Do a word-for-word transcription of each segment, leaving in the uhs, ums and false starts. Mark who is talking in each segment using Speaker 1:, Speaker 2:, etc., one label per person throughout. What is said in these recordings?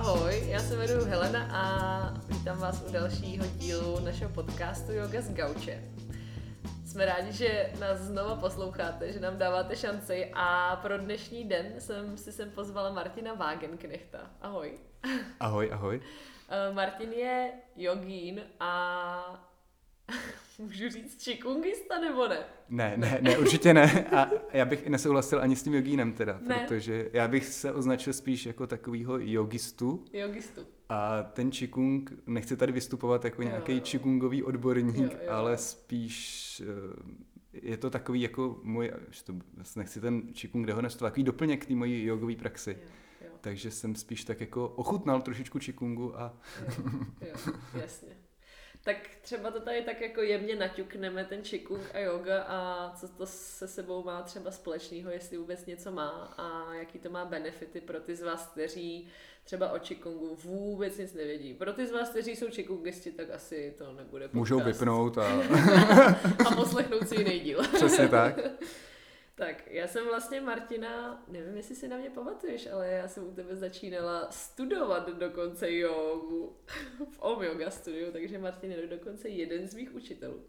Speaker 1: Ahoj, já se jmenuji Helena a vítám vás u dalšího dílu našeho podcastu Yoga z gauče. Jsme rádi, že nás znova posloucháte, že nám dáváte šanci a pro dnešní den jsem si sem pozvala Martina Wagenknechta. Ahoj.
Speaker 2: Ahoj, ahoj.
Speaker 1: Martin je jogín a můžu říct čikungista nebo ne?
Speaker 2: Ne, ne, ne, určitě ne. A já bych nesouhlasil ani s tím jogínem teda,
Speaker 1: ne.
Speaker 2: Protože já bych se označil spíš jako takovýho jogistu.
Speaker 1: Jogistu.
Speaker 2: A ten čikung, nechci tady vystupovat jako nějaký čikungový odborník, jo, jo. ale spíš je to takový jako můj, to nechci ten čikung dehonestovat, takový doplněk k té mojí jogové praxi. Jo, jo. Takže jsem spíš tak jako ochutnal trošičku čikungu a...
Speaker 1: Jo, jo, jasně. Tak třeba to tady tak jako jemně naťukneme, ten čikung a yoga a co to se sebou má třeba společného, jestli vůbec něco má a jaký to má benefity pro ty z vás, kteří třeba o čikungu vůbec nic nevědí. Pro ty z vás, kteří jsou čikungisti, tak asi to nebude podcast.
Speaker 2: Můžou vypnout a...
Speaker 1: a poslechnout si jiný díl.
Speaker 2: Přesně tak.
Speaker 1: Tak, já jsem vlastně Martina, nevím, jestli si na mě pamatuješ, ale já jsem u tebe začínala studovat dokonce jogu v Om Yoga Studiu, takže Martin je dokonce jeden z mých učitelů.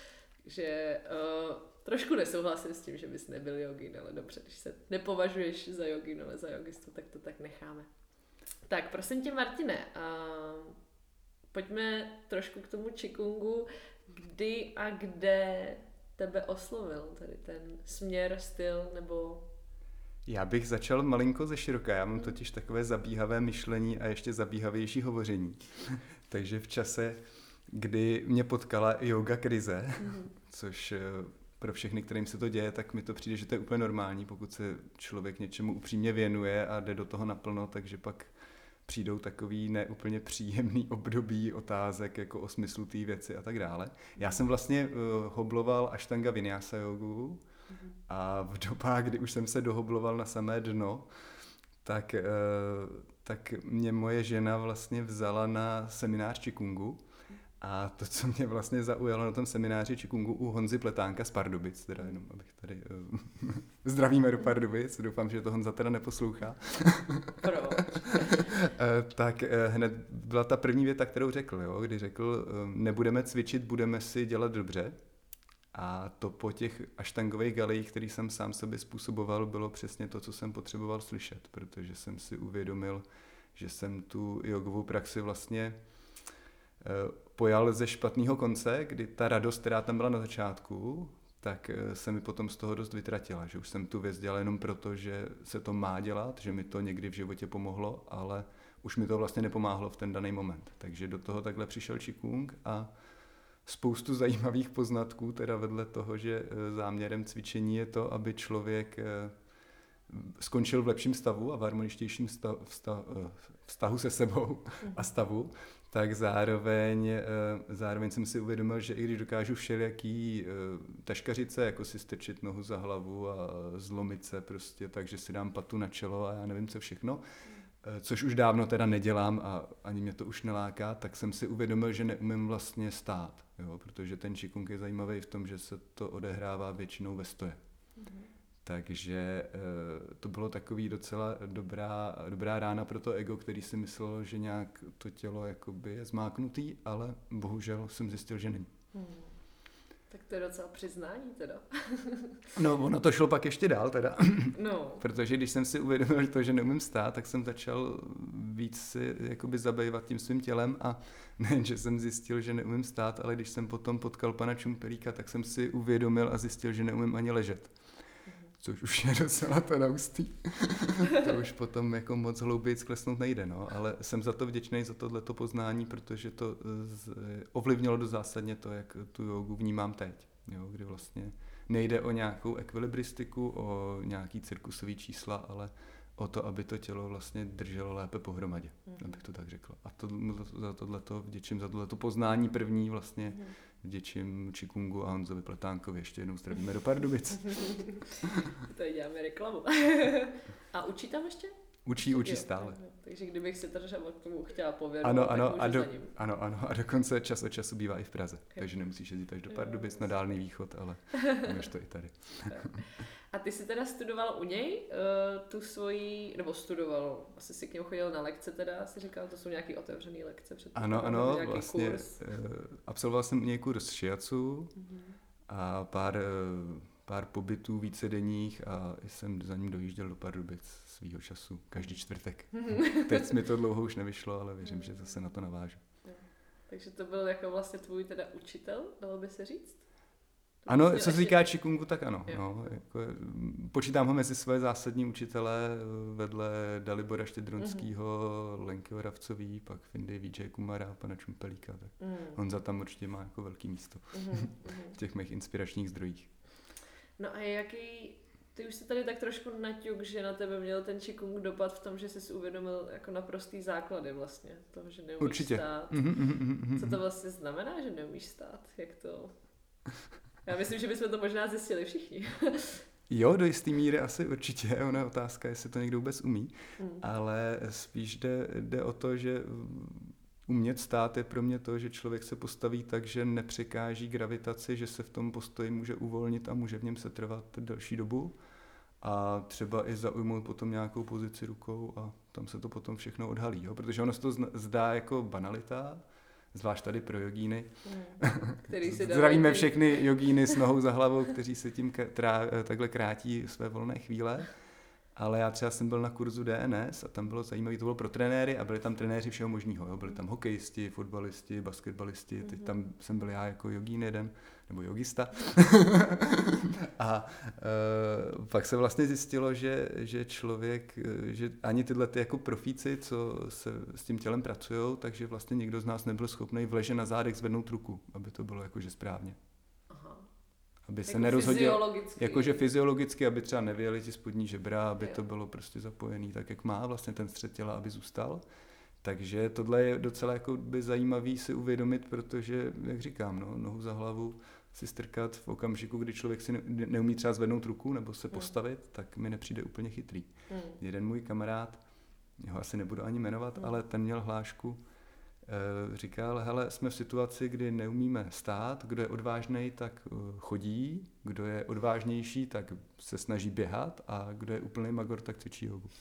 Speaker 1: Takže uh, trošku nesouhlasím s tím, že bys nebyl jogín, ale dobře, když se nepovažuješ za jogín, ale za jogistu, tak to tak necháme. Tak, prosím tě, Martine, uh, pojďme trošku k tomu čikungu, kdy a kde tebe oslovil tady ten směr, styl, nebo...
Speaker 2: Já bych začal malinko ze široka, já mám totiž takové zabíhavé myšlení a ještě zabíhavější hovoření. Takže v čase, kdy mě potkala yoga krize, mm-hmm. což pro všechny, kterým se to děje, tak mi to přijde, že to je úplně normální, pokud se člověk něčemu upřímně věnuje a jde do toho naplno, takže pak přijdou takový neúplně příjemný období otázek jako o smyslu té věci a tak dále. Já jsem vlastně uh, hobloval Ashtanga Vinyasa jogu mm-hmm. a v dobách, kdy už jsem se dohobloval na samé dno, tak, uh, tak mě moje žena vlastně vzala na seminář čikungu. A to, co mě vlastně zaujalo na tom semináři čikungu u Honzy Pletánka z Pardubic, teda jenom abych tady... Uh, zdravíme do Pardubic, doufám, že to Honza teda neposlouchá.
Speaker 1: Proč?
Speaker 2: Tak hned byla ta první věta, kterou řekl, jo, kdy řekl, nebudeme cvičit, budeme si dělat dobře. A to po těch aštangových galejích, který jsem sám sobě způsoboval, bylo přesně to, co jsem potřeboval slyšet, protože jsem si uvědomil, že jsem tu jogovou praxi vlastně pojal ze špatného konce, kdy ta radost, která tam byla na začátku, tak se mi potom z toho dost vytratila, že už jsem tu věc dělal jenom proto, že se to má dělat, že mi to někdy v životě pomohlo, ale už mi to vlastně nepomáhlo v ten daný moment. Takže do toho takhle přišel čikung a spoustu zajímavých poznatků, teda vedle toho, že záměrem cvičení je to, aby člověk skončil v lepším stavu a v harmoničtějším stav, stav, vztahu se sebou a stavu, tak zároveň, zároveň jsem si uvědomil, že i když dokážu všelijaký taškařice, jako si strčit nohu za hlavu a zlomit se prostě, takže si dám patu na čelo a já nevím co všechno, což už dávno teda nedělám a ani mě to už neláká, tak jsem si uvědomil, že neumím vlastně stát, jo, protože ten čikung je zajímavý v tom, že se to odehrává většinou ve stoje. Mm-hmm. Takže to bylo takový docela dobrá, dobrá rána pro to ego, který si myslel, že nějak to tělo jakoby je zmáknutý, ale bohužel jsem zjistil, že není. Hmm.
Speaker 1: Tak to je docela přiznání teda.
Speaker 2: No, ono to šlo pak ještě dál teda.
Speaker 1: No.
Speaker 2: Protože když jsem si uvědomil to, že neumím stát, tak jsem začal víc si jakoby zabývat tím svým tělem a nejen, že jsem zjistil, že neumím stát, ale když jsem potom potkal pana Čumpelíka, tak jsem si uvědomil a zjistil, že neumím ani ležet. Což už je docela teda hustý. To už potom jako moc hlouběji sklesnout nejde, no, ale jsem za to vděčný, za tohleto poznání, protože to z, ovlivnilo do zásadně to, jak tu jogu vnímám teď, jo, kdy vlastně nejde o nějakou ekvilibristiku, o nějaký cirkusový čísla, ale o to, aby to tělo vlastně drželo lépe pohromadě, mm. abych to tak řekl. A to, za tohleto vděčím, za tohleto poznání první vlastně mm. vděčím čikungu a Honzovi Pletánkovi. Ještě jednou zdravíme do Pardubic.
Speaker 1: Tady děláme reklamu. A učí tam ještě?
Speaker 2: Učí, učí stále.
Speaker 1: Takže kdybych si třeba k tomu chtěla pověřovat,
Speaker 2: ano,
Speaker 1: tak
Speaker 2: ano,
Speaker 1: můžu
Speaker 2: a do,
Speaker 1: za ním.
Speaker 2: ano, ano, a dokonce čas od času bývá i v Praze. Okay. Takže nemusíš jezdit až do Pardubic na Dálný východ, ale můžeš to i tady.
Speaker 1: A ty jsi teda studoval u něj uh, tu svoji, nebo studoval, asi si k němu chodil na lekce teda, si říkal, to jsou nějaký otevřený lekce před
Speaker 2: Ano, ano, vlastně kurz. Absolvoval jsem u něj kurz shiatsu mm-hmm. a pár, pár pobytů vícedenních a jsem za ním dojížděl do Pardubic svýho času, každý čtvrtek. Mm-hmm. Teď mi to dlouho už nevyšlo, ale věřím, mm-hmm. že zase na to navážu. Ja.
Speaker 1: Takže to byl jako vlastně tvůj teda učitel, dalo by se říct?
Speaker 2: Ano, co se týká Qigongu, tak ano. No, jako, počítám ho mezi své zásadní učitele vedle Dalibora Štědronského, mm-hmm. Lenky Oravcový, pak v Indii V J Kumara, pana Čumpelíka. Tak mm. Honza tam určitě má jako velký místo mm-hmm. v těch mých inspiračních zdrojích.
Speaker 1: No a jaký, ty už se tady tak trošku naťuk, že na tebe měl ten Qigong dopad v tom, že jsi si uvědomil jako naprostý základy vlastně toho, že neumíš
Speaker 2: určitě.
Speaker 1: stát.
Speaker 2: Mm-hmm, mm-hmm.
Speaker 1: Co to vlastně znamená, že neumíš stát? Jak to... Já myslím, že bychom to možná zjistili všichni.
Speaker 2: Jo, do jistý míry asi určitě. Ona je otázka, jestli to někdo vůbec umí. Mm. Ale spíš jde, jde o to, že umět stát je pro mě to, že člověk se postaví tak, že nepřekáží gravitaci, že se v tom postoji může uvolnit a může v něm setrvat delší dobu. A třeba i zaujmout potom nějakou pozici rukou a tam se to potom všechno odhalí. Jo? Protože ono se to zdá jako banalita, zvlášť tady pro jogíny.
Speaker 1: Který si
Speaker 2: Zdravíme všechny jogíny s nohou za hlavou, kteří se tím krá, takhle krátí své volné chvíle. Ale já třeba jsem byl na kurzu D N S a tam bylo zajímavé, to bylo pro trenéry a byli tam trenéři všeho možného. Jo? Byli tam hokejisti, fotbalisti, basketbalisti, teď tam jsem byl já jako jogín jeden, nebo jogista. A uh, pak se vlastně zjistilo, že, že člověk, že ani tyhle ty jako profíci, co se s tím tělem pracují, takže vlastně nikdo z nás nebyl schopný v leže na zádech zvednout ruku, aby to bylo jakože správně. Aby se jako nerozhodil, jakože fyziologicky, aby třeba nevyjeli ti spodní žebra, aby jo. to bylo prostě zapojený tak, jak má vlastně ten střed těla, aby zůstal. Takže tohle je docela jako by zajímavý si uvědomit, protože, jak říkám, no, nohu za hlavu si strkat v okamžiku, kdy člověk si ne, neumí třeba zvednout ruku nebo se postavit, hmm. tak mi nepřijde úplně chytrý. Hmm. Jeden můj kamarád, jeho asi nebudu ani jmenovat, hmm. ale ten měl hlášku, říkal, hele, jsme v situaci, kdy neumíme stát, kdo je odvážnej, tak chodí, kdo je odvážnější, tak se snaží běhat a kdo je úplný magor, tak cvičí jogu.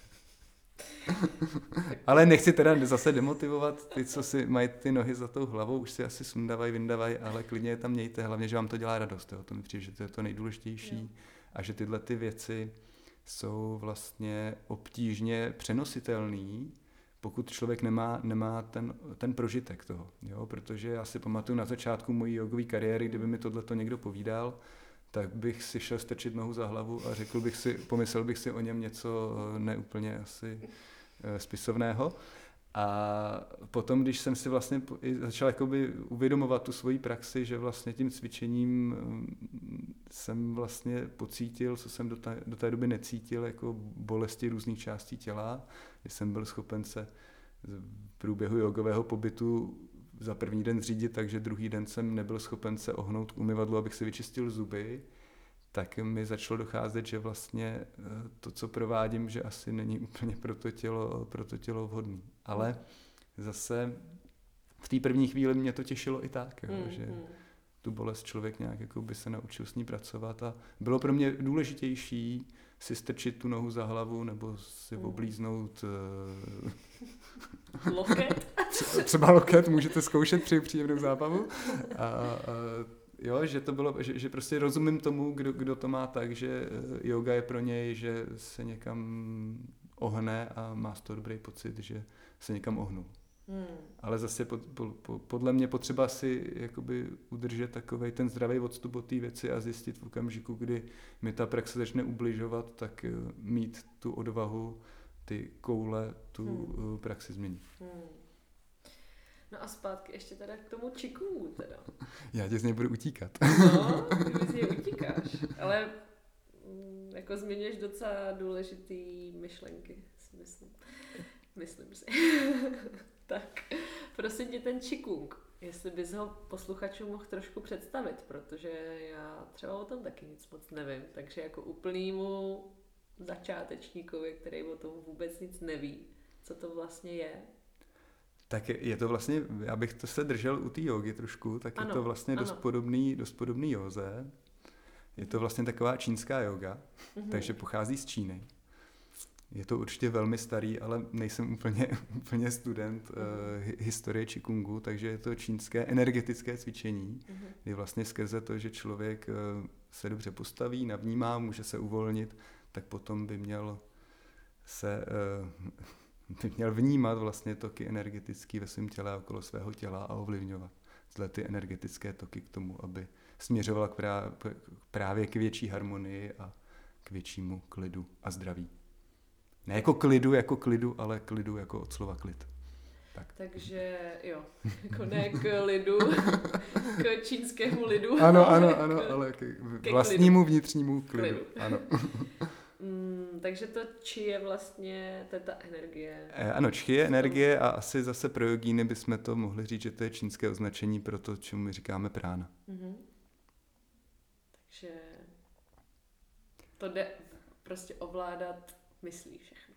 Speaker 2: Ale nechci teda zase demotivovat ty, co si mají ty nohy za tou hlavou, už si asi sundavají, vyndávají, ale klidně je tam mějte, hlavně, že vám to dělá radost. Jo? To mi přijde, že to je to nejdůležitější jo. a že tyhle ty věci jsou vlastně obtížně přenositelný, pokud člověk nemá, nemá ten, ten prožitek toho, jo? Protože já si pamatuju na začátku mojí jogové kariéry, kdyby mi tohleto někdo povídal, tak bych si šel strčit nohu za hlavu a řekl bych si, pomyslel bych si o něm něco neúplně asi spisovného. A potom, když jsem si vlastně začal jakoby uvědomovat tu svoji praxi, že vlastně tím cvičením jsem vlastně pocítil, co jsem do té, do té doby necítil, jako bolesti různých částí těla, že jsem byl schopen se v průběhu jogového pobytu za první den zřídit, takže druhý den jsem nebyl schopen se ohnout k umyvadlu, abych si vyčistil zuby, tak mi začalo docházet, že vlastně to, co provádím, že asi není úplně pro to tělo, pro to tělo vhodný. Ale zase v té první chvíli mě to těšilo i tak, jo, mm, že mm. tu bolest člověk nějak jako by se naučil s ní pracovat a bylo pro mě důležitější si strčit tu nohu za hlavu nebo si mm. oblíznout
Speaker 1: uh... loket.
Speaker 2: Třeba loket, můžete zkoušet při příjemnou zábavu. A, a jo, že to bylo, že, že prostě rozumím tomu, kdo, kdo to má tak, že yoga je pro něj, že se někam ohne a má z toho dobrý pocit, že se někam ohnul. Hmm. Ale zase pod, po, podle mě potřeba si jakoby udržet takovej ten zdravý odstup od té věci a zjistit v okamžiku, kdy mi ta praxe začne ubližovat, tak mít tu odvahu, ty koule, tu hmm. praxi změnit. Hmm.
Speaker 1: No a zpátky ještě teda k tomu Qigongu teda.
Speaker 2: Já tě z něj budu utíkat.
Speaker 1: No, ty z něj utíkáš, ale mm, jako zmiňuješ docela důležitý myšlenky, si myslím. Myslím si. Tak, prosím tě ten Qigong, jestli bys ho posluchačům mohl trošku představit, protože já třeba o tom taky nic moc nevím, takže jako úplnýmu začátečníkovi, který o tom vůbec nic neví, co to vlastně je?
Speaker 2: Tak je, je to vlastně, já bych to se držel u té jogy trošku, tak ano, je to vlastně dost podobný, dost podobný józe. Je to vlastně taková čínská yoga, mm-hmm. takže pochází z Číny. Je to určitě velmi starý, ale nejsem úplně, úplně student uh, historie Qigongu, takže je to čínské energetické cvičení, mm-hmm. kdy vlastně skrze to, že člověk uh, se dobře postaví, navnímá, může se uvolnit, tak potom by měl se uh, by měl vnímat vlastně toky energetické ve svém těle a okolo svého těla a ovlivňovat zle ty energetické toky k tomu, aby směřoval k právě, právě k větší harmonii a k většímu klidu a zdraví. Ne jako klidu, jako klidu, ale klidu jako od slova klid. Tak.
Speaker 1: Takže jo, jako ne k lidu, k čínskému lidu.
Speaker 2: Ano, ano, ano, k, ale k vlastnímu klidu. Vnitřnímu klidu. klidu. Ano.
Speaker 1: Mm, takže to či je vlastně to je ta energie.
Speaker 2: E, ano, či je energie a asi zase pro jogíny bychom to mohli říct, že to je čínské označení pro to, čemu my říkáme prána. Mm-hmm.
Speaker 1: Takže to jde prostě ovládat myslí všechno.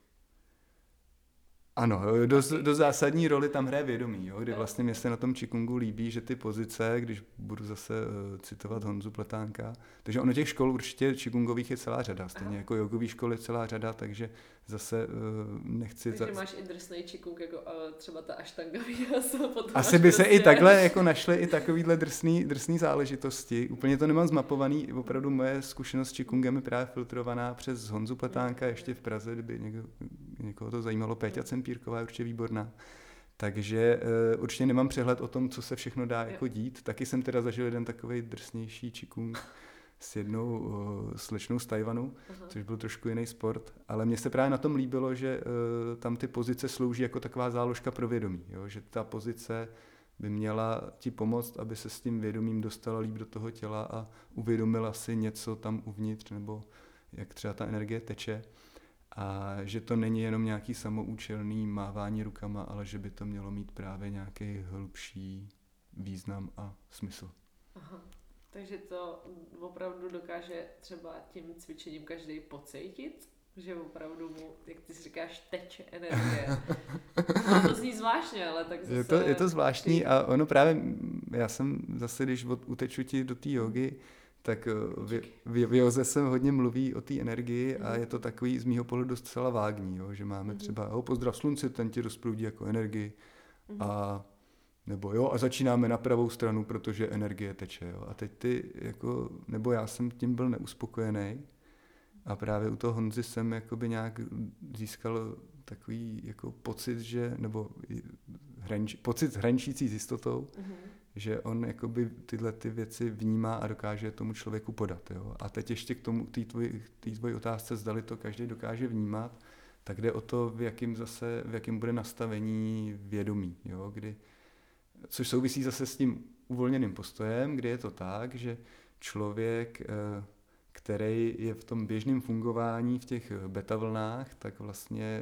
Speaker 2: Ano, do, do zásadní roli tam hraje vědomí, jo, kdy vlastně mě se na tom Qigongu líbí, že ty pozice, když budu zase uh, citovat Honzu Pletánka, takže ono těch škol určitě Qigongových je celá řada, stejně Aha. jako jogových škol je celá řada, takže zase uh, nechci...
Speaker 1: Takže za... máš i drsnej Qigong, jako uh, třeba ta Ashtanga Vinyasa.
Speaker 2: Asi by se prostě... i takhle jako našly i takovýhle drsný, drsný záležitosti. Úplně to nemám zmapovaný, opravdu moje zkušenost s Qigongem je právě filtrovaná přes Honzu Pletánka, ještě v Praze, kdyby někdo, někoho to zajímalo, Péťa Cempírková je určitě výborná. Takže uh, určitě nemám přehled o tom, co se všechno dá jo. jako dít. Taky jsem teda zažil jeden takovej drsnější Qigong s jednou uh, slečnou z Tajvanu, Aha. což byl trošku jiný sport, ale mně se právě na tom líbilo, že uh, tam ty pozice slouží jako taková záložka pro vědomí, jo? Že ta pozice by měla ti pomoct, aby se s tím vědomím dostala líp do toho těla a uvědomila si něco tam uvnitř, nebo jak třeba ta energie teče. A že to není jenom nějaký samoučelný mávání rukama, ale že by to mělo mít právě nějaký hlubší význam a smysl.
Speaker 1: Aha. Takže to opravdu dokáže třeba tím cvičením každý pocítit, že opravdu mu, jak ty si říkáš, teče energie. To zní zvláštně, ale tak zase...
Speaker 2: Je to, je to zvláštní a ono právě, já jsem zase, když uteču ti do té jogy, tak v, v, v joze se hodně mluví o té energii a je to takový z mýho pohledu dost celá vágní, jo, že máme třeba, jo, pozdrav slunci, ten ti rozproudí jako energii a nebo jo, a začínáme na pravou stranu, protože energie teče, jo. A teď ty, jako, nebo já jsem tím byl neuspokojený a právě u toho Honzy jsem jakoby nějak získal takový jako pocit, že, nebo hranč, pocit hraničící s jistotou, mm-hmm. že on jakoby tyhle ty věci vnímá a dokáže tomu člověku podat, jo. A teď ještě k tomu, té tvojí tvojí otázce, zdali to každý dokáže vnímat, tak jde o to, v jakém zase, v jakém bude nastavení vědomí, jo, kdy což souvisí zase s tím uvolněným postojem, kdy je to tak, že člověk, který je v tom běžném fungování v těch beta vlnách, tak vlastně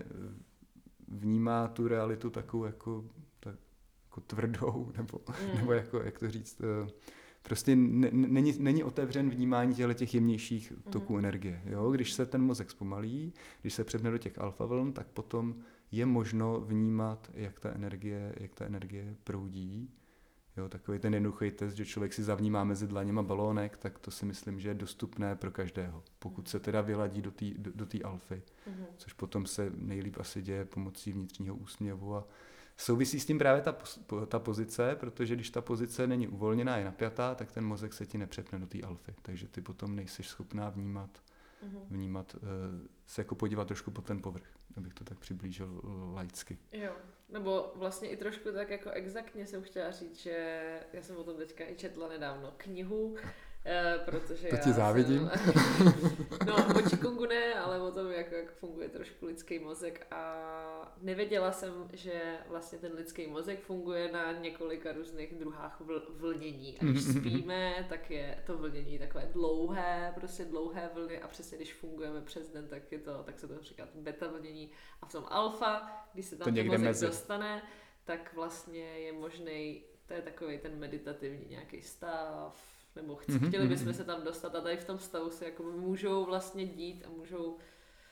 Speaker 2: vnímá tu realitu takovou jako, tak, jako tvrdou, nebo, mm. nebo jako, jak to říct, prostě ne, není, není otevřen vnímání těch jemnějších toků mm. energie. Jo? Když se ten mozek zpomalí, když se přepne do těch alfa vln, tak potom je možno vnímat, jak ta energie, jak ta energie proudí. Jo, takový ten jednoduchý test, že člověk si zavnímá mezi dlaněma balónek, tak to si myslím, že je dostupné pro každého. Pokud se teda vyladí do té do, do alfy, mm-hmm. což potom se nejlíp asi děje pomocí vnitřního úsměvu. A souvisí s tím právě ta, ta pozice, protože když ta pozice není uvolněná, je napjatá, tak ten mozek se ti nepřepne do té alfy. Takže ty potom nejsi schopná vnímat, mm-hmm. vnímat se jako podívat trošku pod ten povrch, abych to tak přiblížil laicky.
Speaker 1: Jo, nebo vlastně i trošku tak jako exaktně jsem chtěla říct, že já jsem o tom teďka i četla nedávno knihu, eh, protože
Speaker 2: to
Speaker 1: já
Speaker 2: ti závidím.
Speaker 1: Jsem, no, o Qigongu ne, ale o tom, jak, jak funguje trošku lidský mozek a nevěděla jsem, že vlastně ten lidský mozek funguje na několika různých druhách vl- vlnění. A když spíme, tak je to vlnění takové dlouhé, prostě dlouhé vlny a přesně když fungujeme přes den, tak je to, tak se to říká beta vlnění. A v tom alfa, když se tam ten mozek mezi. dostane, tak vlastně je možný, to je takový ten meditativní nějaký stav, nebo chci, chtěli bychom se tam dostat a tady v tom stavu se jako můžou vlastně dít a můžou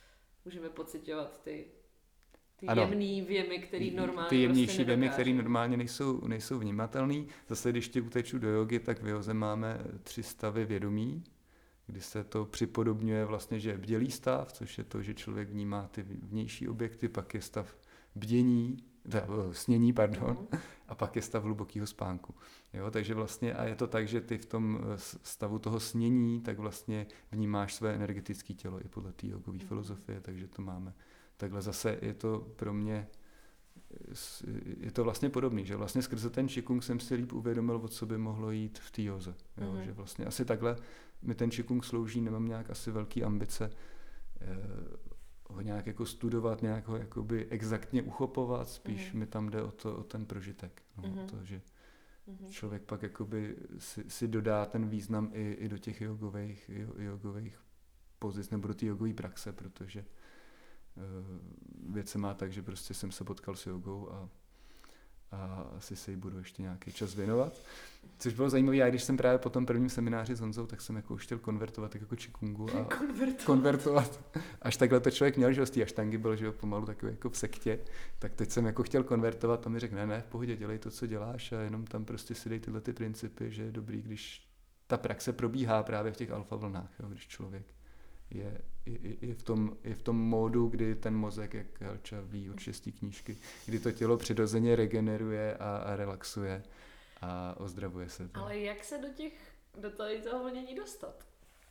Speaker 1: můžeme pociťovat ty, ty
Speaker 2: ano,
Speaker 1: jemný věmy, které normálně
Speaker 2: ty jemnější
Speaker 1: prostě
Speaker 2: věmy, které normálně nejsou, nejsou vnímatelné. Zase, když ti uteču do jogy, tak v józe máme tři stavy vědomí, kdy se to připodobňuje vlastně, že je bdělý stav, což je to, že člověk vnímá ty vnější objekty, pak je stav bdění, snění, pardon, a pak je stav hlubokého spánku. Jo, takže vlastně, a je to tak, že ty v tom stavu toho snění, tak vlastně vnímáš své energetické tělo i podle té jogové filozofie, takže to máme. Takhle zase je to pro mě, je to vlastně podobný, že vlastně skrze ten Qigong jsem si líp uvědomil, o co by mohlo jít v té józe. Jo, mm-hmm. Že vlastně asi takhle mi ten Qigong slouží, nemám nějak asi velký ambice eh, ho nějak jako studovat, nějak ho jakoby exaktně uchopovat, spíš mm-hmm. mi tam jde o, to, o ten prožitek. No, mm-hmm. to, že mm-hmm. člověk pak jakoby si, si dodá ten význam i, i do těch jogových, jogových pozic nebo do té jogové praxe, protože věc se má tak, že prostě jsem se potkal s jogou a, a asi se jí budu ještě nějaký čas věnovat. Což bylo zajímavé, já když jsem právě po tom prvním semináři s Honzou, tak jsem jako už chtěl konvertovat jako Qigongu a konvertovat. konvertovat. Až takhle to člověk měl, že z té aštangy byl, že jo, pomalu takový jako v sektě, tak teď jsem jako chtěl konvertovat a mi řekl, ne, ne, v pohodě, dělej to, co děláš a jenom tam prostě si dej tyhle ty principy, že je dobrý, když ta praxe probíhá právě v těch alfa vlnách, jo, když člověk je, je, je, v tom, je v tom módu, kdy ten mozek, jak Helča ví od šestý knížky, kdy to tělo přirozeně regeneruje a, a relaxuje a ozdravuje se. To.
Speaker 1: Ale jak se do těch, do tady toho vlnění dostat?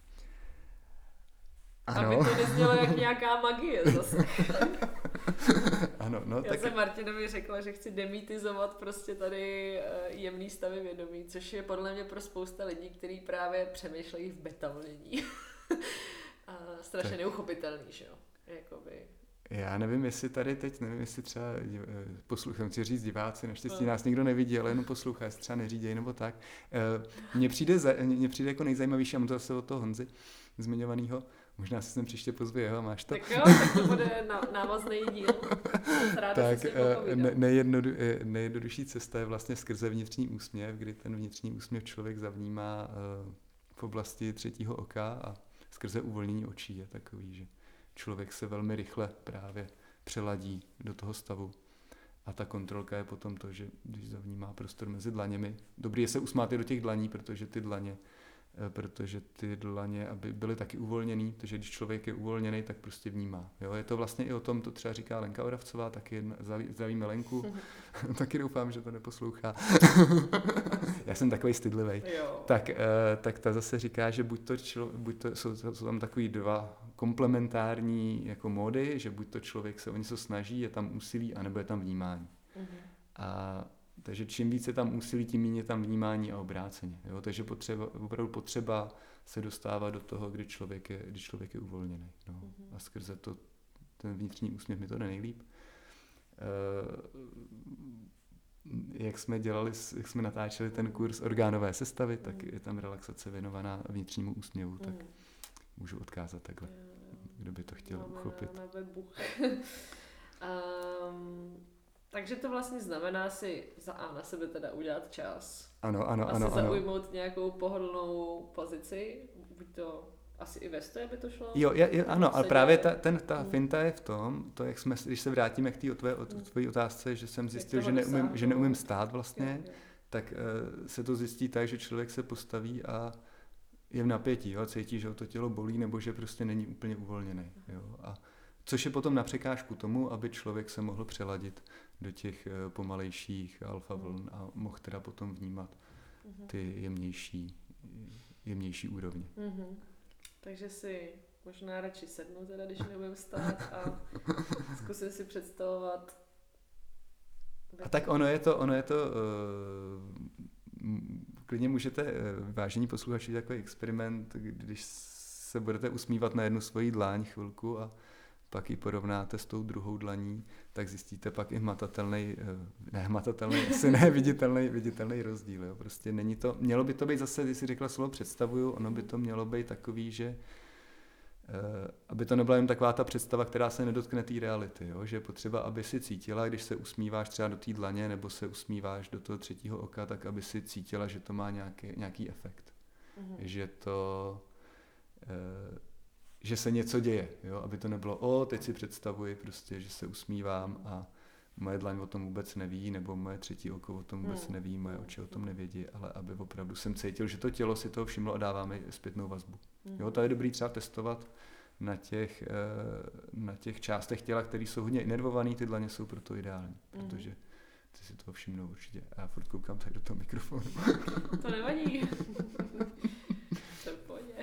Speaker 2: Ano.
Speaker 1: Aby to neznělo jak nějaká magie zase.
Speaker 2: Ano, no,
Speaker 1: Já
Speaker 2: tak...
Speaker 1: jsem Martinovi řekla, že chci demytizovat prostě tady jemný stavy vědomí, což je podle mě pro spousta lidí, kteří právě přemýšlejí v beta vlnění. A strašně tak. Neuchopitelný, že jo? Jakoby.
Speaker 2: Já nevím, jestli tady teď, nevím, jestli třeba poslouchám, chci říct diváci, naštěstí nás nikdo nevidí, ale jenom poslouchá, jestli třeba neřídějí nebo tak. Mně přijde, mně přijde jako nejzajímavější, a mám to zase od toho Honzy zmiňovanýho, možná si sem příště pozvu jeho, máš to?
Speaker 1: Tak jo, tak to bude návazný díl. Ráda
Speaker 2: tak ne, nejjednodu, nejjednodušší cesta je vlastně skrze vnitřní úsměv, kdy ten vnitřní úsměv člověk zavnímá v oblasti třetího oka a skrze uvolnění očí je takový, že člověk se velmi rychle právě přeladí do toho stavu. A ta kontrolka je potom to, že když zavnímá prostor mezi dlaněmi, dobrý je se usmát i do těch dlaní, protože ty dlaně, protože ty dlaně, aby byly taky uvolněný, protože když člověk je uvolněný, tak prostě vnímá. Jo? Je to vlastně i o tom, to třeba říká Lenka Oravcová, taky jedna, zdravíme Lenku, mm-hmm. taky doufám, že to neposlouchá. Já jsem takovej stydlivej. Tak, tak ta zase říká, že buď to, člo, buď to jsou, jsou tam takový dva komplementární jako módy, že buď to člověk se o něco snaží, je tam úsilí, anebo je tam vnímání. Mm-hmm. A takže čím více je tam úsilí, tím méně je tam vnímání a obráceně. Jo? Takže potřeba, opravdu potřeba se dostávat do toho, kdy člověk je, kdy člověk je uvolněný. No. Mm-hmm. A skrze to, ten vnitřní úsměv mi to jde nejlíp. E, jak jsme dělali, jak jsme natáčeli ten kurz orgánové sestavy, mm. tak je tam relaxace věnovaná vnitřnímu úsměvu, tak mm. můžu odkázat takhle, kdo by to chtěl
Speaker 1: Máme
Speaker 2: uchopit.
Speaker 1: Na, na webu. um... Takže to vlastně znamená si za A na sebe teda udělat čas.
Speaker 2: Ano, ano,
Speaker 1: asi
Speaker 2: ano.
Speaker 1: Asi zaujmout ano. nějakou pohodlnou pozici, buď to asi i ve stoje by to šlo?
Speaker 2: Jo, je, je, ano, ale právě ta, ten, ta finta je v tom, to jak jsme, když se vrátíme k té tvé tvojí otázce, že jsem zjistil, že neumím, že neumím stát vlastně, jo, jo. tak uh, se to zjistí tak, že člověk se postaví a je v napětí, jo, cítí, že ho to tělo bolí, nebo že prostě není úplně uvolněný. Jo, a což je potom na překážku tomu, aby člověk se mohl přeladit do těch pomalejších alfa vln a mohl teda potom vnímat ty jemnější, jemnější úrovně.
Speaker 1: Mm-hmm. Takže si možná radši sednu, teda, když nebudem stát a zkusím si představovat.
Speaker 2: A tak ono je to, ono je to, uh, klidně můžete, uh, vážení posluchači, takový experiment, když se budete usmívat na jednu svoji dláň chvilku a pak ji porovnáte s tou druhou dlaní, tak zjistíte pak i hmatatelný, ne hmatatelný, asi ne viditelný, viditelný rozdíl. Jo. Prostě není to, mělo by to být zase, když si řekla slovo představuju, ono by to mělo být takový, že aby to nebyla jen taková ta představa, která se nedotkne té reality, jo. Že je potřeba, aby si cítila, když se usmíváš třeba do té dlaně nebo se usmíváš do toho třetího oka, tak aby si cítila, že to má nějaký, nějaký efekt. Mm-hmm. Že to že se něco děje, jo? Aby to nebylo, o, teď si představuji prostě, že se usmívám a moje dlaň o tom vůbec neví, nebo moje třetí oko o tom vůbec neví, moje oči o tom nevědí, ale aby opravdu jsem cítil, že to tělo si toho všimlo a dává mi zpětnou vazbu. Jo, to je dobrý třeba testovat na těch, na těch částech těla, které jsou hodně inervované, ty dlaně jsou proto ideální, protože ty si toho všimnou určitě. A já furt koukám tak do toho mikrofonu.
Speaker 1: To nevadí. To je v pohodě.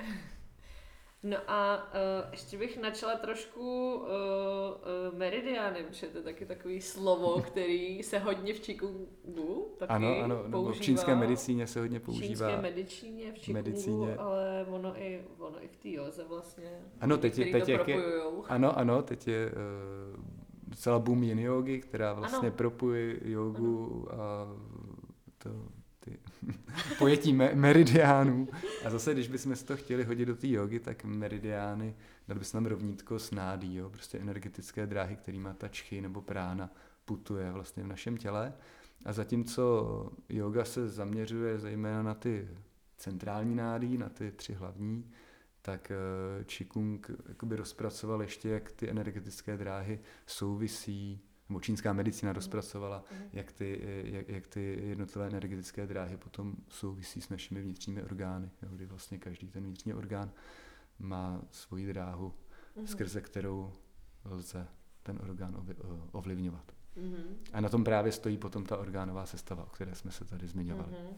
Speaker 1: No a uh, ještě bych načala trošku uh, uh, meridiánem, protože to je taky takový slovo, který se hodně v Qigongu taky
Speaker 2: ano, ano, používá. V čínské medicíně se hodně používá. V čínské
Speaker 1: medicíně, v Qigongu,
Speaker 2: medicíně.
Speaker 1: ale ono i, ono i v té józe vlastně.
Speaker 2: Ano, teď je, teď je, ano, ano, teď je uh, docela boom yin jógy, která vlastně ano. propuje jógu ano. a to... ty pojetí me- meridiánů. A zase, když bychom si to chtěli hodit do té jógy, tak meridiány, dali bychom tam rovnítko s nádí, jo? Prostě energetické dráhy, kterýma ta čchy nebo prána putuje vlastně v našem těle. A zatímco jóga se zaměřuje zejména na ty centrální nády, na ty tři hlavní, tak Qigong jakoby rozpracoval ještě, jak ty energetické dráhy souvisí, nebo čínská medicína rozpracovala, mm. jak, ty, jak, jak ty jednotlivé energetické dráhy potom souvisí s našimi vnitřními orgány, jo, kdy vlastně každý ten vnitřní orgán má svoji dráhu, mm. skrze kterou lze ten orgán ovlivňovat. Mm. A na tom právě stojí potom ta orgánová sestava, o které jsme se tady zmiňovali. Mm.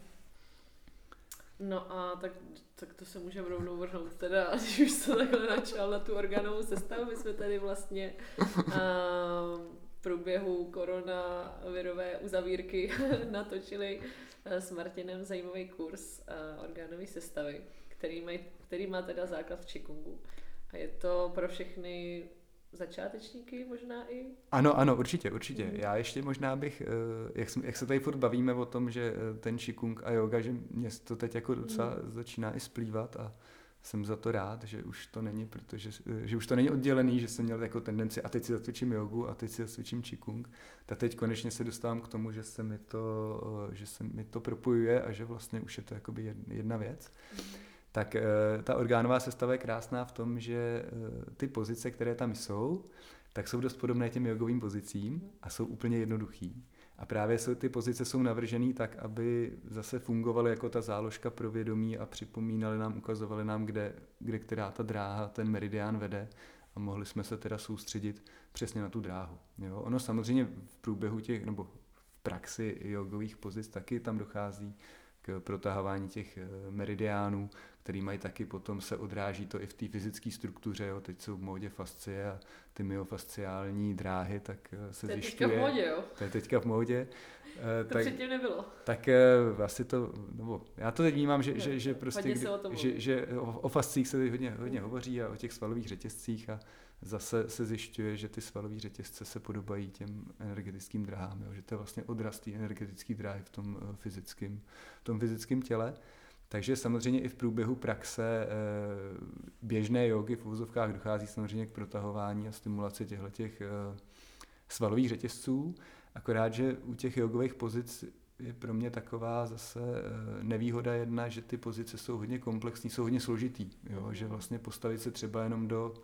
Speaker 1: No a tak, tak to se můžeme rovnou vrhnout teda, když už se takhle načal na tu orgánovou sestavu, my jsme tady vlastně uh, průběhu koronavirové uzavírky natočili s Martinem zajímavý kurz uh, orgánové sestavy, který, maj, který má teda základ v Qigongu. A je to pro všechny začátečníky možná i?
Speaker 2: Ano, ano, určitě, určitě. Mm. Já ještě možná bych, jak, jsme, jak se tady furt bavíme o tom, že ten Qigong a yoga, že mě to teď jako docela mm. začíná i splývat a jsem za to rád, že už to není, protože, že už to není oddělený, že jsem měl jako tendenci a teď si zacvičím jogu a teď si zacvičím Qigong. Tak teď konečně se dostávám k tomu, že se mi to, že se mi to propojuje a že vlastně už je to jakoby jedna věc. Mm. Tak ta orgánová sestava je krásná v tom, že ty pozice, které tam jsou, tak jsou dost podobné těm jogovým pozicím a jsou úplně jednoduchý. A právě jsou, ty pozice jsou navržené tak, aby zase fungovaly jako ta záložka pro vědomí a připomínaly nám, ukazovaly nám, kde, kde která ta dráha, ten meridián vede a mohli jsme se teda soustředit přesně na tu dráhu. Jo? Ono samozřejmě v průběhu těch, nebo v praxi jogových pozic taky tam dochází k protahování těch meridiánů, který mají taky potom se odráží to i v té fyzické struktuře. Jo. Teď jsou v módě fascie a ty myofasciální dráhy, tak se
Speaker 1: to
Speaker 2: zjišťuje.
Speaker 1: To je teďka v módě, jo?
Speaker 2: To je teďka v módě.
Speaker 1: To tak, předtím nebylo.
Speaker 2: Tak asi to, nebo já to teď vnímám, že, že, že prostě, kdy, že, že o, o fascích se hodně, hodně hovoří a o těch svalových řetězcích a zase se zjišťuje, že ty svalové řetězce se podobají těm energetickým dráhám, jo. Že to je vlastně odraz té energetické dráhy v tom fyzickém, v tom fyzickém těle. Takže samozřejmě i v průběhu praxe běžné jógy v uvozovkách dochází samozřejmě k protahování a stimulaci těchto svalových řetězců, akorát, že u těch jogových pozic je pro mě taková zase nevýhoda jedna, že ty pozice jsou hodně komplexní, jsou hodně složitý, jo? Že vlastně postavit se třeba jenom do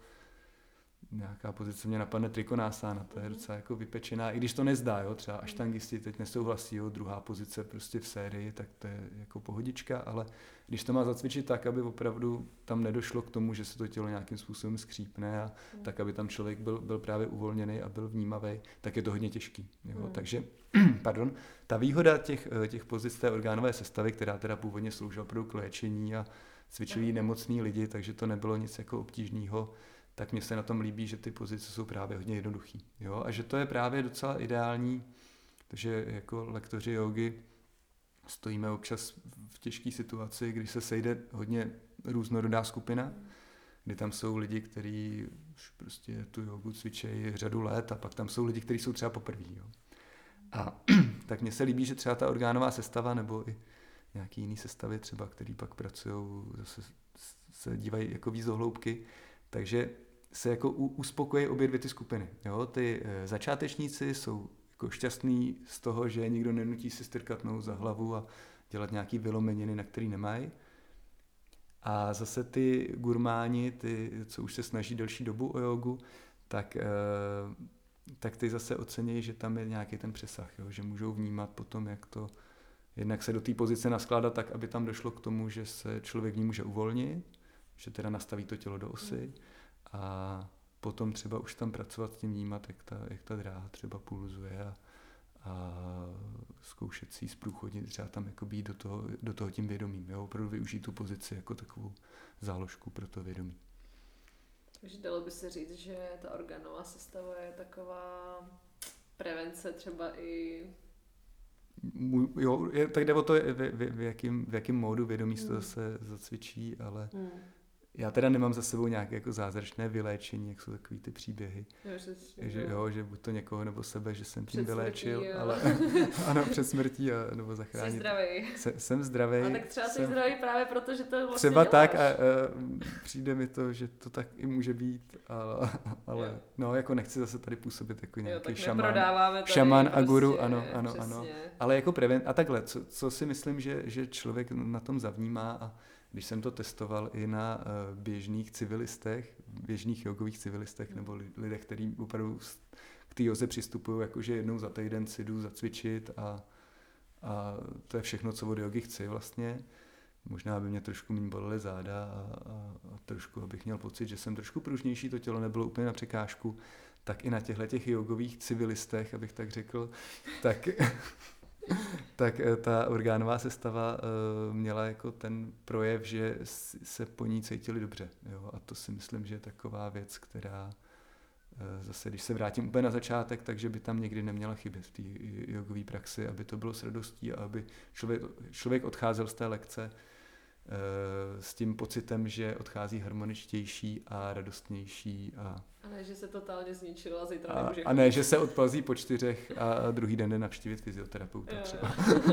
Speaker 2: nějaká pozice, mě napadne Trikonasana, to je docela jako vypečená, i když to nezdá, jo, třeba aštangisti teď nesouhlasí, jo, druhá pozice prostě v sérii, tak to je jako pohodička, ale když to má zacvičit tak, aby opravdu tam nedošlo k tomu, že se to tělo nějakým způsobem skřípne a mm. tak, aby tam člověk byl, byl právě uvolněný a byl vnímavý, tak je to hodně těžký, jo, mm. takže, pardon, ta výhoda těch, těch pozic té orgánové sestavy, která teda původně sloužila pro léčení a cvičili mm. nemocný lidi, takže to nebylo nic jako obtížného, tak mně se na tom líbí, že ty pozice jsou právě hodně jednoduchý. Jo? A že to je právě docela ideální, protože jako lektoři jógy stojíme občas v těžké situaci, kdy se sejde hodně různorodá skupina, kdy tam jsou lidi, kteří už prostě tu jógu cvičejí řadu let a pak tam jsou lidi, kteří jsou třeba poprvé. Jo? A tak mně se líbí, že třeba ta orgánová sestava nebo i nějaký jiný sestavy třeba, který pak pracují, zase se dívají jako víc do hloubky, takže se jako uspokojí obě dvě ty skupiny. Jo? Ty e, začátečníci jsou jako šťastní z toho, že nikdo nenutí si strkat nohu za hlavu a dělat nějaký vylomeniny, na který nemají. A zase ty gurmáni, ty, co už se snaží delší dobu o jogu, tak, tak ty zase ocení, že tam je nějaký ten přesah, jo? Že můžou vnímat potom, jak to jednak se do té pozice naskládat tak, aby tam došlo k tomu, že se člověk v ní může uvolnit, že teda nastaví to tělo do osy a potom třeba už tam pracovat s tím vnímat, jak ta, jak ta dráha třeba pulzuje a, a zkoušet si ji zprůchodnit, třeba tam jako být do toho, do toho tím vědomím, jo? Opravdu využít tu pozici jako takovou záložku pro to vědomí.
Speaker 1: Takže dalo by se říct, že ta organová sestava je taková prevence třeba i...
Speaker 2: Jo, je, tak jde o to, v, v, v, jakým, v jakým módu vědomí se to se zacvičí, ale hmm. já teda nemám za sebou nějaké jako zázračné vyléčení, jak jsou takový ty příběhy.
Speaker 1: Jo, že,
Speaker 2: že, jo, že buď to někoho nebo sebe, že jsem tím
Speaker 1: před
Speaker 2: vyléčil,
Speaker 1: smrtí,
Speaker 2: ale ano, před smrtí a, nebo zachránit.
Speaker 1: Jsi zdravý.
Speaker 2: Se, jsem zdravý.
Speaker 1: A tak třeba jsi
Speaker 2: jsem...
Speaker 1: zdravý právě proto, že to vlastně
Speaker 2: třeba
Speaker 1: děláš.
Speaker 2: tak a, a přijde mi to, že to tak i může být, ale, ale
Speaker 1: jo.
Speaker 2: no jako nechci zase tady působit jako nějaký
Speaker 1: jo,
Speaker 2: šamán,
Speaker 1: šamán
Speaker 2: prostě, a guru, ano, ano,
Speaker 1: přesně.
Speaker 2: ano. Ale jako prevent, a takhle, co, co si myslím, že, že člověk na tom zavnímá a když jsem to testoval i na uh, běžných civilistech, běžných jogových civilistech, nebo lidech, kteří opravdu k té joze přistupují, jakože jednou za týden si jdu zacvičit a, a to je všechno, co od jogy chci vlastně. Možná by mě trošku méně bolely záda a, a, a trošku, abych měl pocit, že jsem trošku pružnější, to tělo nebylo úplně na překážku, tak i na těchto těch jogových civilistech, abych tak řekl, tak... tak ta orgánová sestava uh, měla jako ten projev, že se po ní cítili dobře. Jo? A to si myslím, že je taková věc, která uh, zase, když se vrátím úplně na začátek, takže by tam někdy neměla chybět v té jogové praxi, aby to bylo s radostí a aby člověk, člověk odcházel z té lekce uh, s tím pocitem, že odchází harmoničtější a radostnější. A,
Speaker 1: a ne, že se totálně zničilo a zítra
Speaker 2: a,
Speaker 1: nemůže
Speaker 2: a ne, že se odplazí po čtyřech a druhý den jde navštívit fyzioterapeuta
Speaker 1: jo,
Speaker 2: třeba.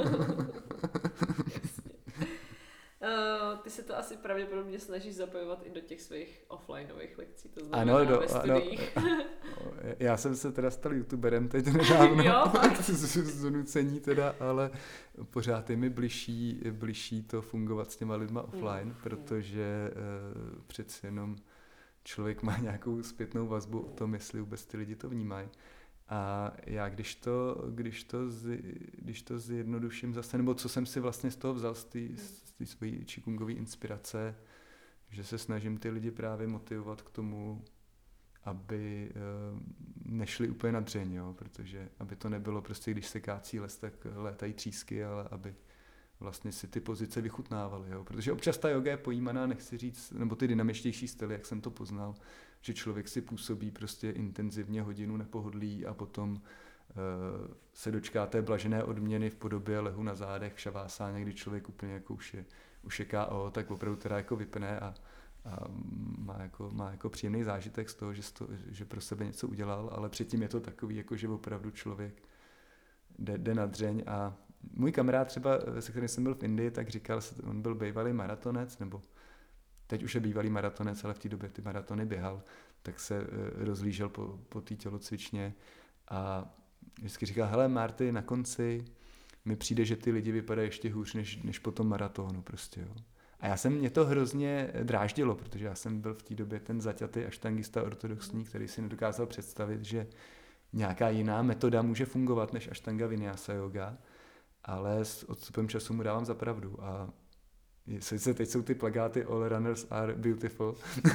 Speaker 1: Uh, ty se to asi pravděpodobně snažíš zapojovat i do těch svých offlineových lekcí, to znamená
Speaker 2: ano, do,
Speaker 1: ve studiích.
Speaker 2: Ano, já jsem se teda stal youtuberem teď nedávno,
Speaker 1: jo,
Speaker 2: z, z donucení teda, ale pořád je mi bližší, bližší to fungovat s těma lidma offline, mm. protože uh, přeci jenom člověk má nějakou zpětnou vazbu o tom, jestli vůbec ty lidi to vnímají. A já když to, když to, z, když to zjednoduším zase, nebo co jsem si vlastně z toho vzal, z té svojí qigongové inspirace, že se snažím ty lidi právě motivovat k tomu, aby uh, nešli úplně na dřeň, jo? Protože aby to nebylo prostě, když se kácí les, tak létají třísky, ale aby vlastně si ty pozice vychutnávali, jo? Protože občas ta yoga je pojímaná, nechci říct, nebo ty dynamičtější styly, jak jsem to poznal, že člověk si působí prostě intenzivně hodinu nepohodlí a potom uh, se dočká té blažené odměny v podobě lehu na zádech v šavásáně, kdy člověk úplně jako už je, už je ká ó, tak opravdu teda jako vypne a, a má, jako, má jako příjemný zážitek z toho, že, to, že pro sebe něco udělal, ale předtím je to takový, jako že opravdu člověk jde, jde na dřeň a můj kamarád třeba, se kterým jsem byl v Indii, tak říkal, on byl bývalý maratonec, nebo teď už je bývalý maratonec, ale v té době ty maratony běhal, tak se rozlížel po, po té tělocvičně a vždycky říkal, hele Marty, na konci mi přijde, že ty lidi vypadají ještě hůř než, než po tom maratonu prostě, jo. A já jsem, mě to hrozně dráždilo, protože já jsem byl v té době ten zaťatý aštangista ortodoxní, který si nedokázal představit, že nějaká jiná metoda může fungovat než aštanga vinyasa yoga, ale s odstupem času mu dávám za pravdu a sice teď jsou ty plakáty All runners are beautiful,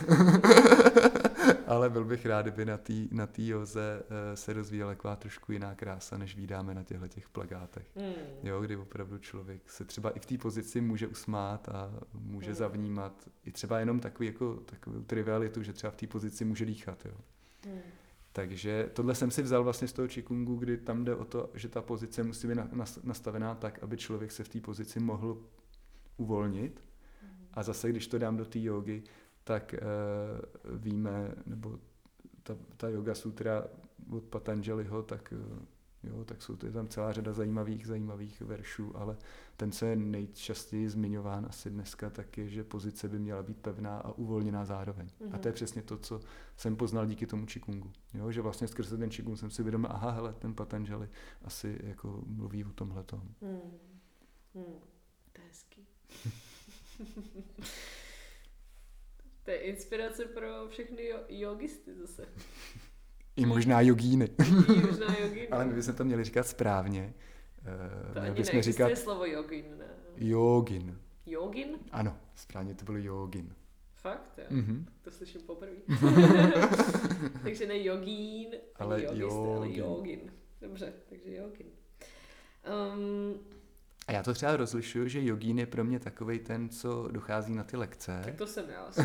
Speaker 2: ale byl bych rád, kdyby na té na té joze se rozvíjela taková trošku jiná krása, než vídáme na těchto těch plakátech. Mm. Jo, kdy opravdu člověk se třeba i v té pozici může usmát a může mm. zavnímat i třeba jenom takový, jako, takovou trivialitu, že třeba v té pozici může dýchat. Jo. Mm. Takže tohle jsem si vzal vlastně z toho qigongu, kdy tam jde o to, že ta pozice musí být nastavená tak, aby člověk se v té pozici mohl uvolnit. A zase, když to dám do té jógy, tak uh, víme, nebo ta, ta yoga sutra od Patanjaliho, tak, uh, jo, tak jsou to tam celá řada zajímavých, zajímavých veršů, ale ten, co je nejčastěji zmiňován asi dneska, tak je, že pozice by měla být pevná a uvolněná zároveň. Mm-hmm. A to je přesně to, co jsem poznal díky tomu qigongu. Jo, že vlastně skrze ten qigong jsem si vědomil, aha, hele, ten Patanjali asi jako mluví o tomhletom.
Speaker 1: Mm. Mm. To je hezký. To je inspirace pro všechny jo- jogisty zase.
Speaker 2: I možná jogíny.
Speaker 1: I možná jogíny.
Speaker 2: Ale my bychom to měli říkat správně.
Speaker 1: To
Speaker 2: Měli
Speaker 1: ani
Speaker 2: bychom
Speaker 1: neexistuje
Speaker 2: říkat
Speaker 1: slovo jogin, ne?
Speaker 2: jogin.
Speaker 1: Jogin?
Speaker 2: Ano, správně to byl jogin.
Speaker 1: Fakt, jo?
Speaker 2: Mm-hmm.
Speaker 1: To slyším poprvé. Takže ne jogín,
Speaker 2: ale
Speaker 1: ani jogist,
Speaker 2: jogin.
Speaker 1: ale jogin. Dobře, takže jogin. Um,
Speaker 2: A já to třeba rozlišuju, že jogín je pro mě takovej ten, co dochází na ty lekce.
Speaker 1: tak to jsem já asi.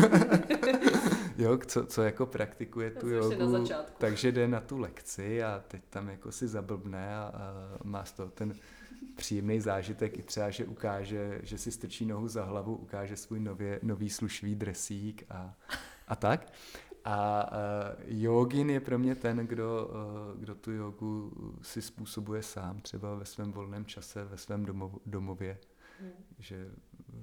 Speaker 2: Jo, co, co jako praktikuje
Speaker 1: Já
Speaker 2: tu
Speaker 1: jsem ještě na
Speaker 2: jogu,
Speaker 1: začátku.
Speaker 2: takže jde na tu lekci a teď tam jako si zablbne a, a má z toho ten příjemný zážitek i třeba, že ukáže, že si strčí nohu za hlavu, ukáže svůj nově, nový slušný dresík a, a tak. A, a jogin je pro mě ten, kdo, kdo tu jogu si způsobuje sám, třeba ve svém volném čase, ve svém domov, domově, hmm. že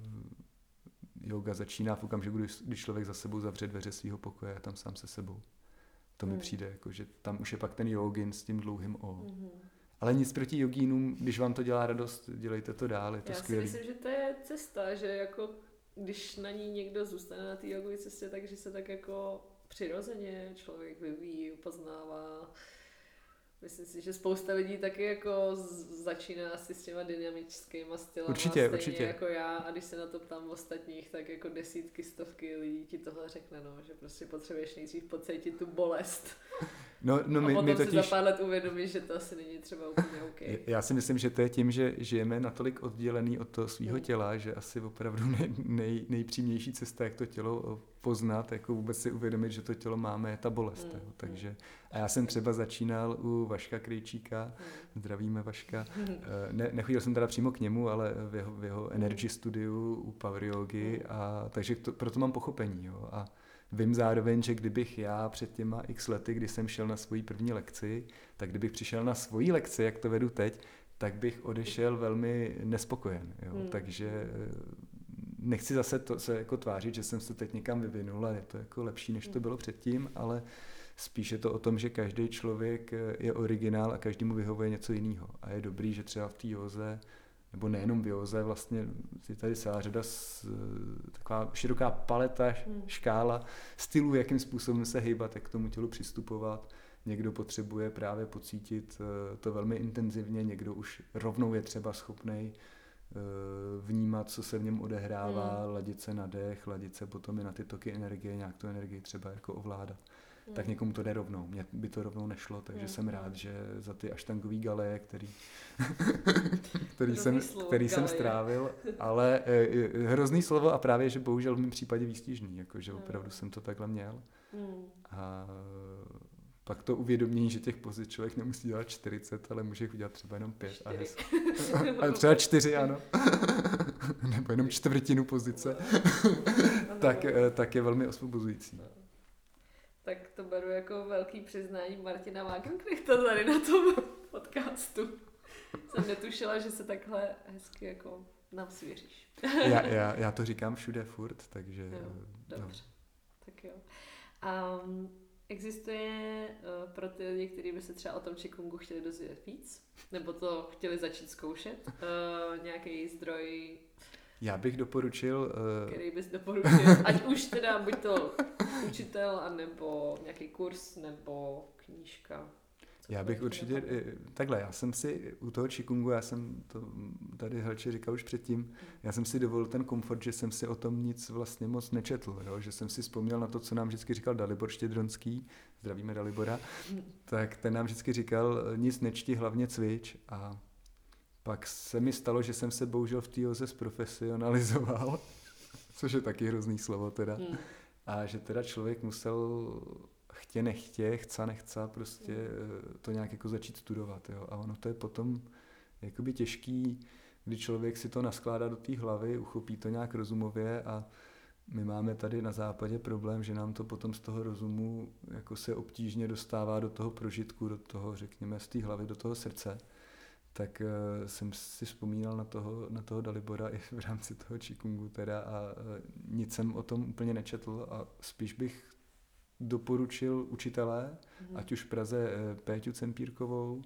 Speaker 2: yoga začíná v okamžiku, když člověk za sebou zavře dveře svého pokoje a tam sám se sebou. To mi hmm. přijde, jako, že tam už je pak ten jogin s tím dlouhým O. Hmm. Ale nic proti jogínům, když vám to dělá radost, dělejte to dál, je to
Speaker 1: Já
Speaker 2: skvělý.
Speaker 1: Já si myslím, že to je cesta, že jako když na ní někdo zůstane na té jogové cestě, takže se tak jako přirozeně člověk vyvíjí, poznává. Myslím si, že spousta lidí taky jako začíná asi s těma dynamickýma stylama,
Speaker 2: určitě,
Speaker 1: stejně
Speaker 2: určitě.
Speaker 1: jako já, a když se na to ptám ostatních, tak jako desítky, stovky lidí ti tohle řekne, no, že prostě potřebuješ nejdřív pocítit tu bolest.
Speaker 2: No, no,
Speaker 1: a
Speaker 2: my,
Speaker 1: potom
Speaker 2: my
Speaker 1: si
Speaker 2: totiž...
Speaker 1: za pár let uvědomíš, že to asi není třeba úplně OK.
Speaker 2: Já si myslím, že to je tím, že žijeme natolik oddělený od toho svého těla, že asi opravdu nej, nej, nejpřímější cesta, jak to tělo poznat, jako vůbec si uvědomit, že to tělo máme, je ta bolest. Mm. Takže, a já jsem třeba začínal u Vaška Krejčíka, mm. zdravíme Vaška, mm. ne, nechodil jsem teda přímo k němu, ale v jeho, v jeho Energy studiu u Power Yogi, a takže to, proto mám pochopení. Jo, a vím zároveň, že kdybych já před těma x lety, kdy jsem šel na svoji první lekci, tak kdybych přišel na svoji lekci, jak to vedu teď, tak bych odešel velmi nespokojen. Jo? Hmm. Takže nechci zase to, se jako tvářit, že jsem se teď někam vyvinul a je to jako lepší, než to bylo předtím, ale spíš je to o tom, že každý člověk je originál a každému vyhovuje něco jiného. A je dobrý, že třeba v té józe, nebo nejenom v józe, vlastně je tady celá řada, taková široká paleta, škála stylů, jakým způsobem se hejbat, jak k tomu tělu přistupovat. Někdo potřebuje právě pocítit to velmi intenzivně, někdo už rovnou je třeba schopnej vnímat, co se v něm odehrává, hmm. ladit se na dech, ladit se potom i na ty toky energie, nějak tu energii třeba jako ovládat. Hmm. Tak někomu to jde rovnou. Mně by to rovnou nešlo, takže hmm. jsem rád, že za ty aštangový galeje, který, který, jsem, který jsem strávil, ale eh, hrozný slovo a právě, že bohužel v mém případě výstižný, jakože opravdu hmm. jsem to takhle měl. Hmm. A pak to uvědomění, že těch pozic člověk nemusí dělat čtyřicet, ale může jich udělat třeba jenom pět. A, a třeba čtyři, ano. Nebo jenom čtvrtinu pozice. tak, tak je velmi osvobozující.
Speaker 1: Tak to beru jako velký přiznání Martina Wagenknechta tady na tom podcastu. Jsem netušila, že se takhle hezky jako nám svěříš.
Speaker 2: já, já, já to říkám všude furt, takže...
Speaker 1: Jo, dobře, no. Tak jo. Um, Existuje uh, pro ty lidi, kteří by se třeba o tom Qigongu chtěli dozvědět víc, nebo to chtěli začít zkoušet, uh, nějaký zdroj?
Speaker 2: Já bych doporučil... Uh...
Speaker 1: Který bys doporučil, ať už teda buď to učitel, anebo nějaký kurz, nebo knížka.
Speaker 2: Já bych určitě, takhle, já jsem si u toho Qigongu, já jsem to tady Helče říkal už předtím, já jsem si dovolil ten komfort, že jsem si o tom nic vlastně moc nečetl, jo? Že jsem si vzpomněl na to, co nám vždycky říkal Dalibor Štědronský, zdravíme Dalibora, tak ten nám vždycky říkal, nic nečti, hlavně cvič, a pak se mi stalo, že jsem se bohužel v té józe zprofesionalizoval, což je taky hrozný slovo teda, hmm. a že teda člověk musel... chtě nechtě, chce nechce, prostě to nějak jako začít studovat. Jo. A ono to je potom jakoby těžký, kdy člověk si to naskládá do té hlavy, uchopí to nějak rozumově, a my máme tady na západě problém, že nám to potom z toho rozumu jako se obtížně dostává do toho prožitku, do toho, řekněme, z té hlavy, do toho srdce. Tak uh, jsem si vzpomínal na toho, na toho Dalibora i v rámci toho Qigongu teda, a uh, nic jsem o tom úplně nečetl, a spíš bych doporučil učitele, mm. ať už v Praze Péťu Cempírkovou,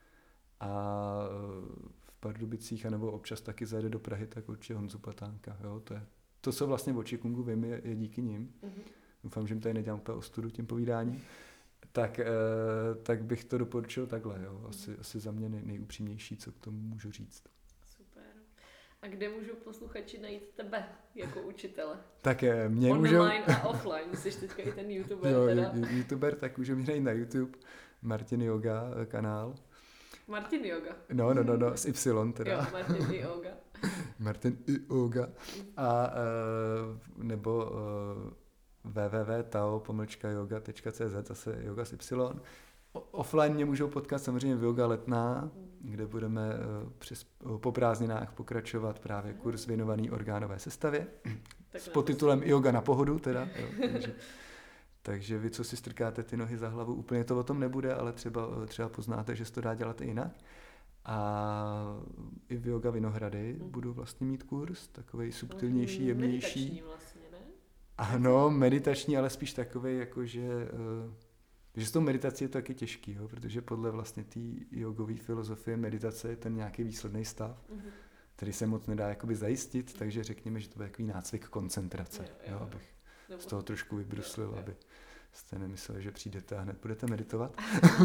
Speaker 2: a v Pardubicích, anebo občas taky zajde do Prahy, tak určitě Honzu Patánka. Jo? To je to, co vlastně o Qigongu vím, je, je díky nim. Mm-hmm. Doufám, že mi tady nedělám úplně ostudu tím povídáním. Tak, e, tak bych to doporučil takhle. Jo. Asi, mm-hmm. asi za mě nej, nejupřímnější, co k tomu můžu říct.
Speaker 1: Super. A kde můžou posluchači najít tebe jako učitele?
Speaker 2: Tak mě
Speaker 1: Online
Speaker 2: můžou...
Speaker 1: a offline. Jsi teďka i ten YouTuber
Speaker 2: jo,
Speaker 1: teda.
Speaker 2: YouTuber, tak můžou mě najít na YouTube. Martin Yoga kanál.
Speaker 1: Martin Yoga.
Speaker 2: No, no, no, no, s Y teda.
Speaker 1: Jo, Martin Yoga.
Speaker 2: Martin Yoga. A uh, nebo uh, w w w tečka tao pomlčka yoga tečka c z, zase yoga s Y. Offline mě můžou potkat samozřejmě v Yoga Letná, kde budeme uh, přes, uh, po prázdninách pokračovat právě kurz věnovaný orgánové sestavě. S podtitulem Yoga na pohodu teda. Jo, takže, takže vy, co si strkáte ty nohy za hlavu, úplně to o tom nebude, ale třeba, třeba poznáte, že se to dá dělat i jinak. A i v Yoga Vinohrady mm. budu vlastně mít kurz, takovej subtilnější, jemnější.
Speaker 1: Meditační vlastně, ne?
Speaker 2: Ano, meditační, ale spíš takovej, jakože, uh, že s tou meditací je to taky těžký, jo, protože podle vlastně té jogové filozofie meditace je ten nějaký výsledný stav, mm. který se moc nedá jakoby zajistit, takže řekněme, že to bude takový nácvik koncentrace, jo, jo, jo, abych jo. z toho trošku vybruslil, jo, jo. aby jste nemysleli, že přijdete a hned budete meditovat.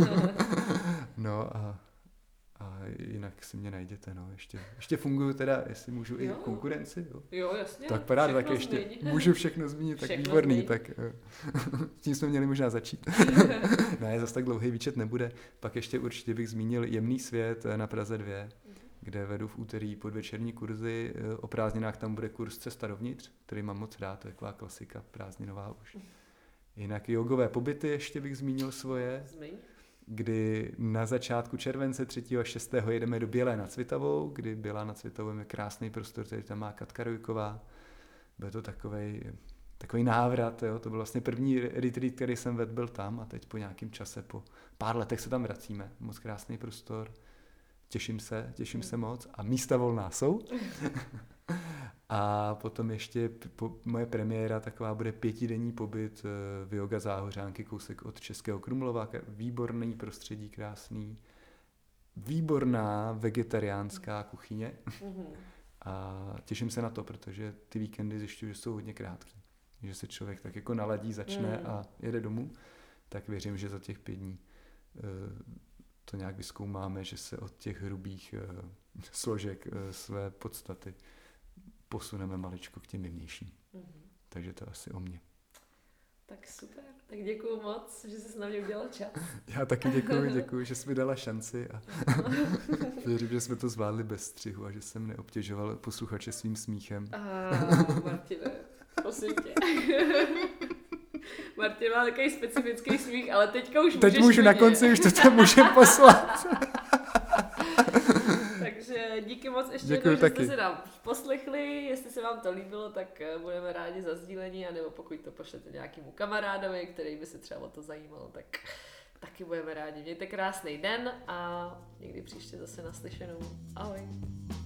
Speaker 2: No a A jinak si mě najděte, no, ještě, ještě funguju teda, jestli můžu jo. i konkurenci, jo.
Speaker 1: Jo, jasně.
Speaker 2: Tak paráda, tak ještě změň. Můžu všechno zmínit, tak všechno výborný, změň. Tak tím jsme měli možná začít. Ne, zase tak dlouhý výčet nebude. Pak ještě určitě bych zmínil Jemný svět na Praze dva, mhm. kde vedu v úterý podvečerní kurzy, o prázdninách tam bude kurz Cesta dovnitř, který mám moc rád, to je taková klasika prázdninová už. Mhm. Jinak jogové pobyty ještě bych zmínil svoje. Zmíň. Kdy na začátku července třetího a šestého jedeme do Bělé nad Svitavou, kdy Bělá nad Svitavou je krásný prostor, který tam má Katka Rujková. Byl to takovej, takový návrat, jo? To byl vlastně první retreat, který jsem vedl, byl tam a teď po nějakém čase, po pár letech se tam vracíme. Moc krásný prostor, těším se, těším se moc a místa volná jsou. A potom ještě po, moje premiéra taková bude pětidenní pobyt v Yoga Záhořánky, kousek od Českého Krumlova, výborný prostředí, krásný, výborná vegetariánská kuchyně. A těším se na to, protože ty víkendy zjišťuji, že jsou hodně krátký. Že se člověk tak jako naladí, začne a jede domů, tak věřím, že za těch pět dní to nějak vyzkoumáme, že se od těch hrubých složek své podstaty posuneme maličko k těm jemnějším. Mm-hmm. Takže to asi o mě.
Speaker 1: Tak super. Tak děkuju moc, že jsi na mě udělala čas.
Speaker 2: Já taky děkuju, děkuju, že jsi mi dala šanci a věřím, že jsme to zvládli bez střihu a že jsem neobtěžoval posluchače svým smíchem.
Speaker 1: Ah, Martine, prosím tě. Martin má takový specifický smích, ale teďka už můžeš
Speaker 2: Teď můžu na konci, už to tam můžem poslat.
Speaker 1: Takže díky moc ještě
Speaker 2: jednou, že
Speaker 1: jste se nám poslechli. Jestli se vám to líbilo, tak budeme rádi za sdílení, anebo pokud to pošlete nějakému kamarádovi, který by se třeba o to zajímal, tak taky budeme rádi. Mějte krásný den a někdy příště zase naslyšenou. Ahoj.